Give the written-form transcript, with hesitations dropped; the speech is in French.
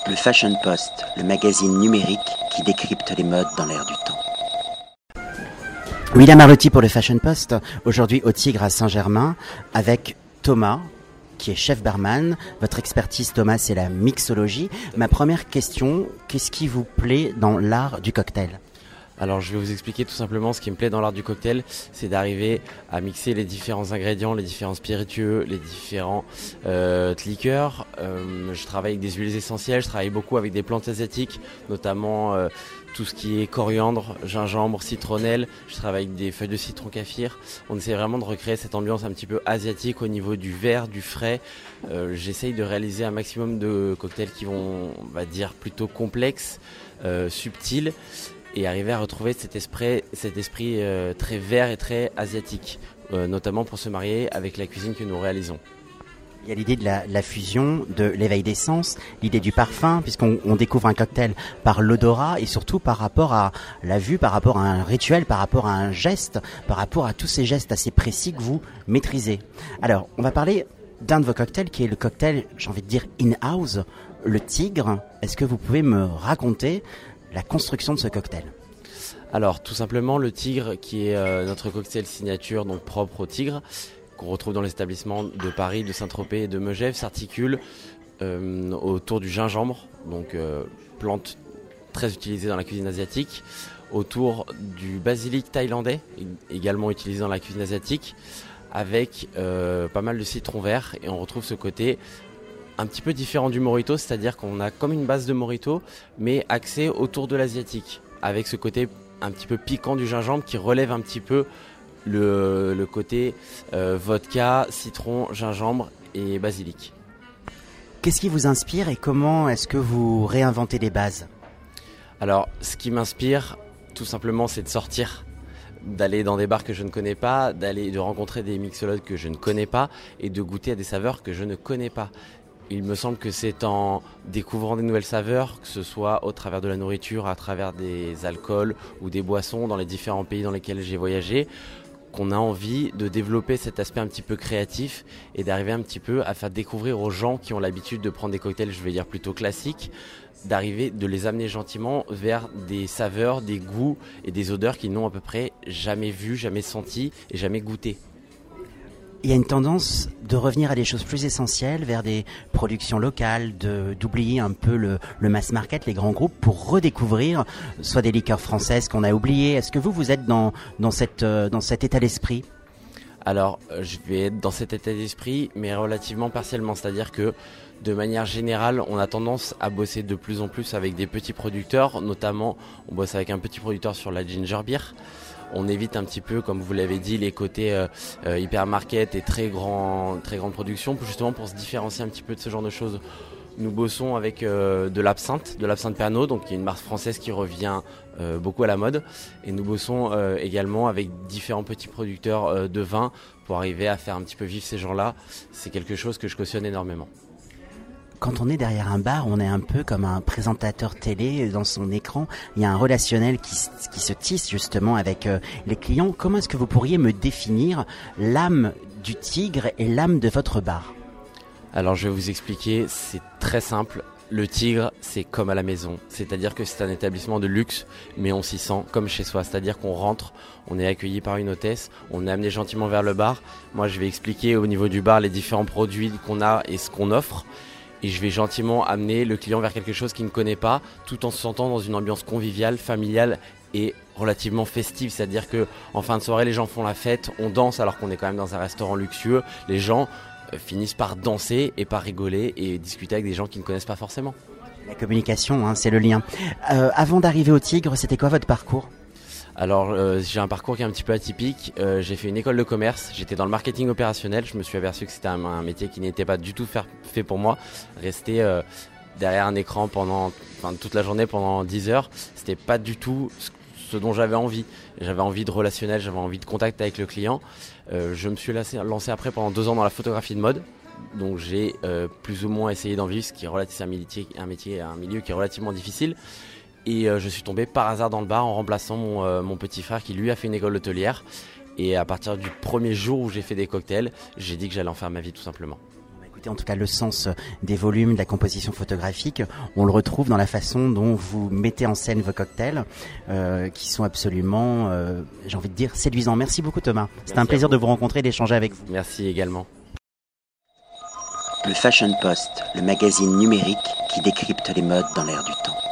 Le Fashion Post, le magazine numérique qui décrypte les modes dans l'air du temps. William Arlotti pour le Fashion Post, aujourd'hui au Tigre à Saint-Germain avec Thomas, qui est chef barman. Votre expertise, Thomas, c'est la mixologie. Ma première question, qu'est-ce qui vous plaît dans l'art du cocktail ? Alors je vais vous expliquer tout simplement ce qui me plaît dans l'art du cocktail, c'est d'arriver à mixer les différents ingrédients, les différents spiritueux, les différents liqueurs. Je travaille avec des huiles essentielles, je travaille beaucoup avec des plantes asiatiques, notamment tout ce qui est coriandre, gingembre, citronnelle. Je travaille avec des feuilles de citron kaffir. On essaie vraiment de recréer cette ambiance un petit peu asiatique au niveau du vert, du frais. J'essaye de réaliser un maximum de cocktails qui vont, on va dire, plutôt complexes, subtils, et arriver à retrouver cet esprit très vert et très asiatique, notamment pour se marier avec la cuisine que nous réalisons. Il y a l'idée de la fusion, de l'éveil des sens, l'idée du parfum, puisqu'on découvre un cocktail par l'odorat et surtout par rapport à la vue, par rapport à un rituel, par rapport à un geste, par rapport à tous ces gestes assez précis que vous maîtrisez. Alors, on va parler d'un de vos cocktails qui est le cocktail, j'ai envie de dire in-house, le Tigre. Est-ce que vous pouvez me raconter la construction de ce cocktail? Alors tout simplement le Tigre qui est notre cocktail signature, donc propre au Tigre, qu'on retrouve dans les établissements de Paris, de Saint-Tropez et de Megève, s'articule autour du gingembre, donc plante très utilisée dans la cuisine asiatique, autour du basilic thaïlandais, également utilisé dans la cuisine asiatique, avec pas mal de citron vert, et on retrouve ce côté un petit peu différent du mojito, c'est-à-dire qu'on a comme une base de mojito, mais axé autour de l'asiatique, avec ce côté un petit peu piquant du gingembre qui relève un petit peu le côté vodka, citron, gingembre et basilic. Qu'est-ce qui vous inspire et comment est-ce que vous réinventez les bases ? Alors, ce qui m'inspire, tout simplement, c'est de sortir, d'aller dans des bars que je ne connais pas, de rencontrer des mixologues que je ne connais pas et de goûter à des saveurs que je ne connais pas. Il me semble que c'est en découvrant des nouvelles saveurs, que ce soit au travers de la nourriture, à travers des alcools ou des boissons dans les différents pays dans lesquels j'ai voyagé, qu'on a envie de développer cet aspect un petit peu créatif et d'arriver un petit peu à faire découvrir aux gens qui ont l'habitude de prendre des cocktails, je vais dire plutôt classiques, d'arriver, de les amener gentiment vers des saveurs, des goûts et des odeurs qu'ils n'ont à peu près jamais vues, jamais senties et jamais goûtées. Il y a une tendance de revenir à des choses plus essentielles, vers des productions locales, d'oublier un peu le mass market, les grands groupes, pour redécouvrir soit des liqueurs françaises qu'on a oubliées. Est-ce que vous êtes dans cet état d'esprit ? Alors, je vais être dans cet état d'esprit, mais relativement partiellement. C'est-à-dire que, de manière générale, on a tendance à bosser de plus en plus avec des petits producteurs. Notamment, on bosse avec un petit producteur sur la ginger beer. On évite un petit peu, comme vous l'avez dit, les côtés hypermarket et très grande production, justement pour se différencier un petit peu de ce genre de choses. Nous bossons avec de l'absinthe Pernod, donc qui est une marque française qui revient beaucoup à la mode. Et nous bossons également avec différents petits producteurs de vin pour arriver à faire un petit peu vivre ces gens-là. C'est quelque chose que je cautionne énormément. Quand on est derrière un bar, on est un peu comme un présentateur télé dans son écran. Il y a un relationnel qui se tisse justement avec les clients. Comment est-ce que vous pourriez me définir l'âme du Tigre et l'âme de votre bar ? Alors je vais vous expliquer, c'est très simple. Le Tigre, c'est comme à la maison. C'est-à-dire que c'est un établissement de luxe, mais on s'y sent comme chez soi. C'est-à-dire qu'on rentre, on est accueilli par une hôtesse, on est amené gentiment vers le bar. Moi, je vais expliquer au niveau du bar les différents produits qu'on a et ce qu'on offre. Et je vais gentiment amener le client vers quelque chose qu'il ne connaît pas, tout en se sentant dans une ambiance conviviale, familiale et relativement festive. C'est-à-dire qu'en fin de soirée, les gens font la fête, on danse alors qu'on est quand même dans un restaurant luxueux. Les gens finissent par danser et par rigoler et discuter avec des gens qui ne connaissent pas forcément. La communication, c'est le lien. Avant d'arriver au Tigre, c'était quoi votre parcours ? Alors j'ai un parcours qui est un petit peu atypique, j'ai fait une école de commerce, j'étais dans le marketing opérationnel, je me suis aperçu que c'était un métier qui n'était pas du tout fait pour moi. Rester derrière un écran toute la journée pendant 10 heures, c'était pas du tout ce dont j'avais envie. J'avais envie de relationnel, j'avais envie de contact avec le client. Je me suis lancé après pendant 2 ans dans la photographie de mode. Donc j'ai plus ou moins essayé d'en vivre, ce qui est un milieu qui est relativement difficile. Et je suis tombé par hasard dans le bar en remplaçant mon petit frère qui lui a fait une école hôtelière. Et à partir du premier jour où j'ai fait des cocktails, j'ai dit que j'allais en faire ma vie tout simplement. capté en tout cas le sens des volumes, de la composition photographique. On le retrouve dans la façon dont vous mettez en scène vos cocktails, qui sont absolument, j'ai envie de dire, séduisants. Merci beaucoup Thomas. C'était un plaisir de vous rencontrer et d'échanger avec vous. Merci également. Le Fashion Post, le magazine numérique qui décrypte les modes dans l'air du temps.